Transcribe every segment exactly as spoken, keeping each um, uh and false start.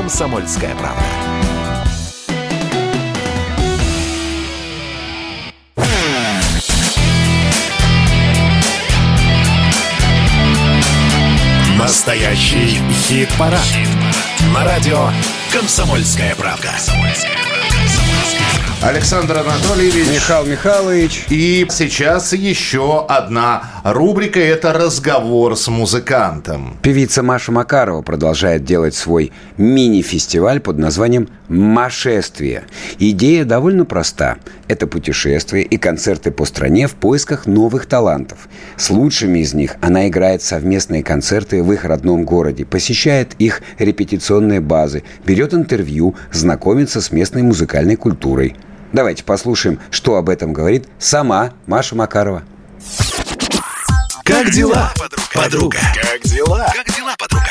«Комсомольская правда». Настоящий хит-парад. На радио «Комсомольская правда». Александр Анатольевич, Михаил Михайлович. И сейчас еще одна рубрика – это «Разговор с музыкантом». Певица Маша Макарова продолжает делать свой мини-фестиваль под названием «Машествие». Идея довольно проста. Это путешествия и концерты по стране в поисках новых талантов. С лучшими из них она играет совместные концерты в их родном городе, посещает их репетиционные базы, берет интервью, знакомится с местной музыкальной культурой. Давайте послушаем, что об этом говорит сама Маша Макарова. Как дела, подруга? Как дела? Как дела, подруга?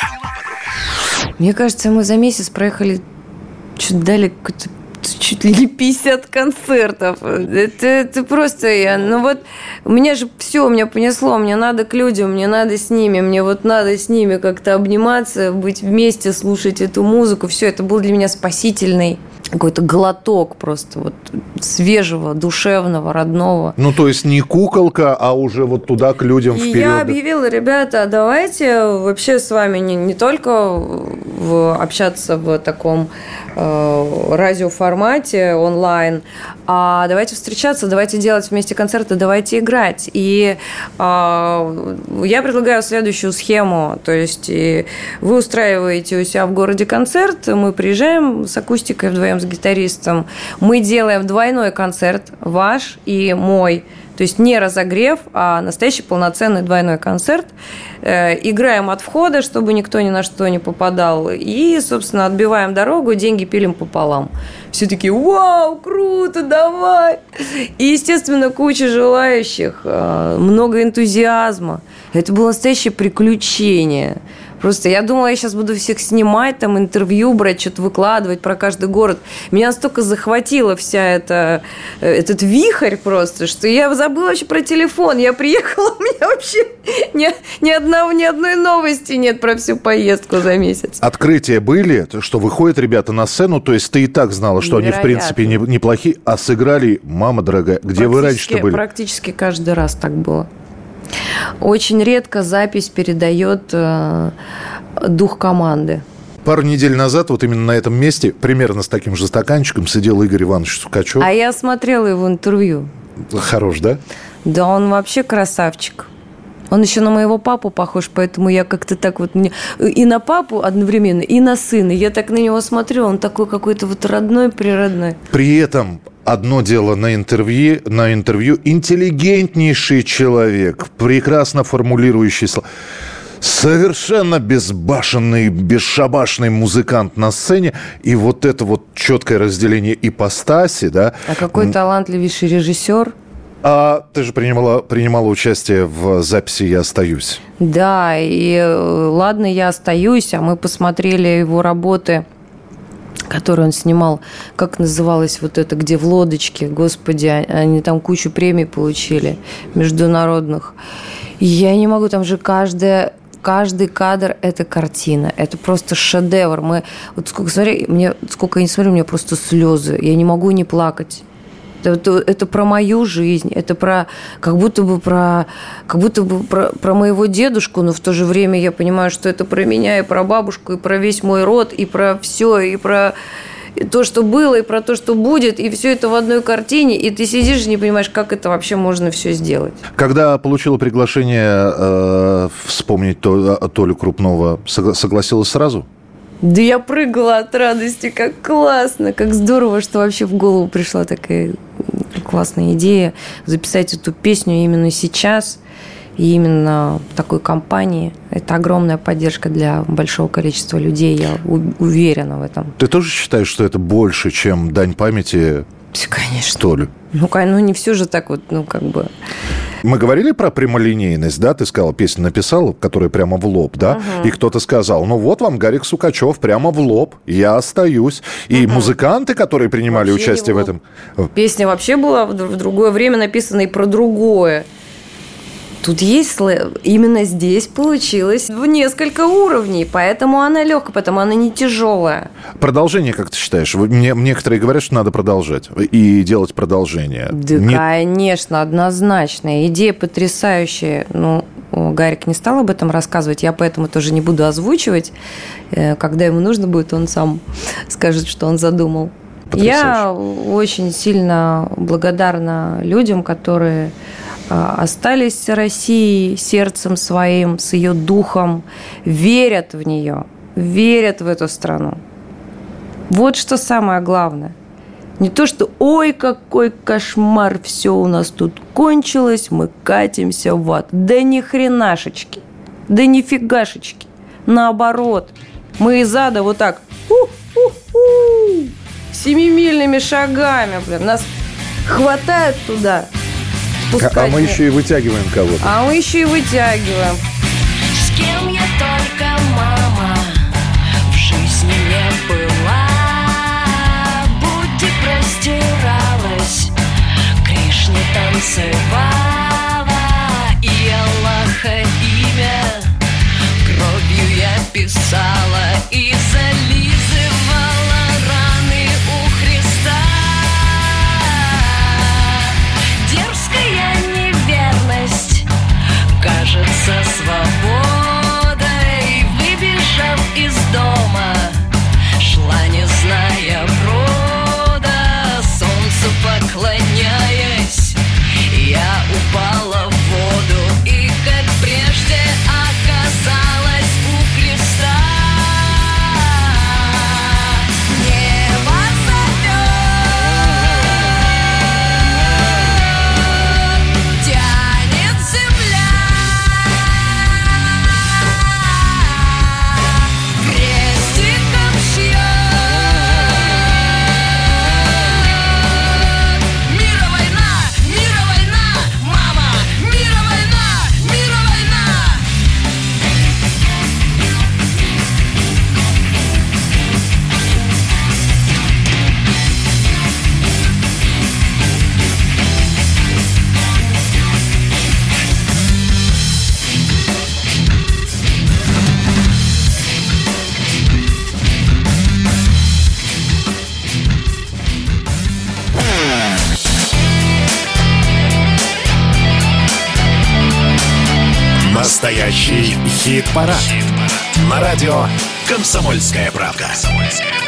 Мне кажется, мы за месяц проехали, чуть дали чуть ли пятьдесят концертов. Это, это просто я... Ну вот, у меня же все, у меня понесло. Мне надо к людям, мне надо с ними. Мне вот надо с ними как-то обниматься, быть вместе, слушать эту музыку. Все, это был для меня спасительный какой-то глоток просто вот свежего, душевного, родного. Ну, то есть не куколка, а уже вот туда к людям и вперед. Я объявила, ребята, давайте вообще с вами не, не только в, общаться в таком э, радиоформате онлайн, а давайте встречаться, давайте делать вместе концерты, давайте играть. И э, я предлагаю следующую схему. То есть вы устраиваете у себя в городе концерт, мы приезжаем с акустикой вдвоем с гитаристом, мы делаем двойной концерт, ваш и мой, то есть не разогрев, а настоящий полноценный двойной концерт. Э, играем от входа, чтобы никто ни на что не попадал, и, собственно, отбиваем дорогу, деньги пилим пополам. Все такие: вау, круто, давай! И, естественно, куча желающих, э, много энтузиазма. Это было настоящее приключение. Просто я думала, я сейчас буду всех снимать, там, интервью брать, что-то выкладывать про каждый город. Меня настолько захватила вся эта, этот вихрь просто, что я забыла вообще про телефон. Я приехала, у меня вообще ни, ни, одного, ни одной новости нет про всю поездку за месяц. Открытия были, что выходят ребята на сцену, то есть ты и так знала, что Невероятно. Они, в принципе, не, неплохие, а сыграли, мама дорогая, где вы раньше-то были? Практически каждый раз так было. Очень редко запись передает э, дух команды. Пару недель назад вот именно на этом месте, примерно с таким же стаканчиком, сидел Игорь Иванович Сукачев. А я смотрела его интервью. Хорош, да? Да, он вообще красавчик. Он еще на моего папу похож, поэтому я как-то так вот... Мне... И на папу одновременно, и на сына. Я так на него смотрю, он такой какой-то вот родной, природной. При этом... Одно дело на интервью, на интервью интеллигентнейший человек, прекрасно формулирующий слова. Совершенно безбашенный, бесшабашный музыкант на сцене. И вот это вот четкое разделение ипостаси, да. А какой талантливейший режиссер. А ты же принимала, принимала участие в записи «Я остаюсь». Да, и ладно, я остаюсь, а мы посмотрели его работы, который он снимал, как называлось вот это, где в лодочке, господи, они там кучу премий получили международных. И я не могу, там же каждая, каждый кадр – это картина, это просто шедевр. Мы, вот сколько, смотри, мне, сколько я не смотрю, у меня просто слезы, я не могу не плакать. Это, это про мою жизнь, это про, как будто бы про, как будто бы про, про моего дедушку, но в то же время я понимаю, что это про меня и про бабушку, и про весь мой род, и про все, и про то, что было, и про то, что будет, и все это в одной картине, и ты сидишь и не понимаешь, как это вообще можно все сделать. Когда получила приглашение э, вспомнить Толю Крупнова, согласилась сразу? Да я прыгала от радости, как классно, как здорово, что вообще в голову пришла такая классная идея записать эту песню именно сейчас и именно в такой компании. Это огромная поддержка для большого количества людей, я уверена в этом. Ты тоже считаешь, что это больше, чем дань памяти? Конечно. Толю? Ну, ну, не все же так вот, ну, как бы... Мы говорили про прямолинейность, да? Ты сказала, песню написала, которая прямо в лоб, да? Угу. И кто-то сказал, ну вот вам Гарик Сукачев прямо в лоб, я остаюсь. И угу. музыканты, которые принимали вообще участие в этом... Песня вообще была в другое время написана и про другое. тут есть слэм. Именно здесь получилось в несколько уровней, поэтому она легкая, поэтому она не тяжелая. Продолжение, как ты считаешь? Мне, некоторые говорят, что надо продолжать и делать продолжение. Да, не... конечно, однозначно. Идея потрясающая. Ну, Гарик не стал об этом рассказывать, я поэтому тоже не буду озвучивать. Когда ему нужно будет, он сам скажет, что он задумал. Потрясающе. Я очень сильно благодарна людям, которые остались с Россией сердцем своим, с ее духом, верят в нее, верят в эту страну. Вот что самое главное. Не то, что «Ой, какой кошмар, все у нас тут кончилось, мы катимся в ад». Да ни хренашечки, да нифигашечки. Наоборот, мы из ада вот так у-у-у, семимильными шагами, блин, нас хватает туда. А мы еще и вытягиваем кого-то. А мы еще и вытягиваем. С кем я только, мама, в жизни не была. Будь простиралась, Кришне танцевала, и Аллаха имя кровью я писала и зализывала раны у Христа. Дерзкая неверность кажется свободой, выбежав из дома, шла не зная брода, солнцу поклоняясь, я упала в воду и, как прежде, оказалась у креста. Небо зовет, тянет земля, крестиком шьет. Мира война, мира война, мама, мира война, мира война. Настоящий хит-парад. На радио «Комсомольская правда».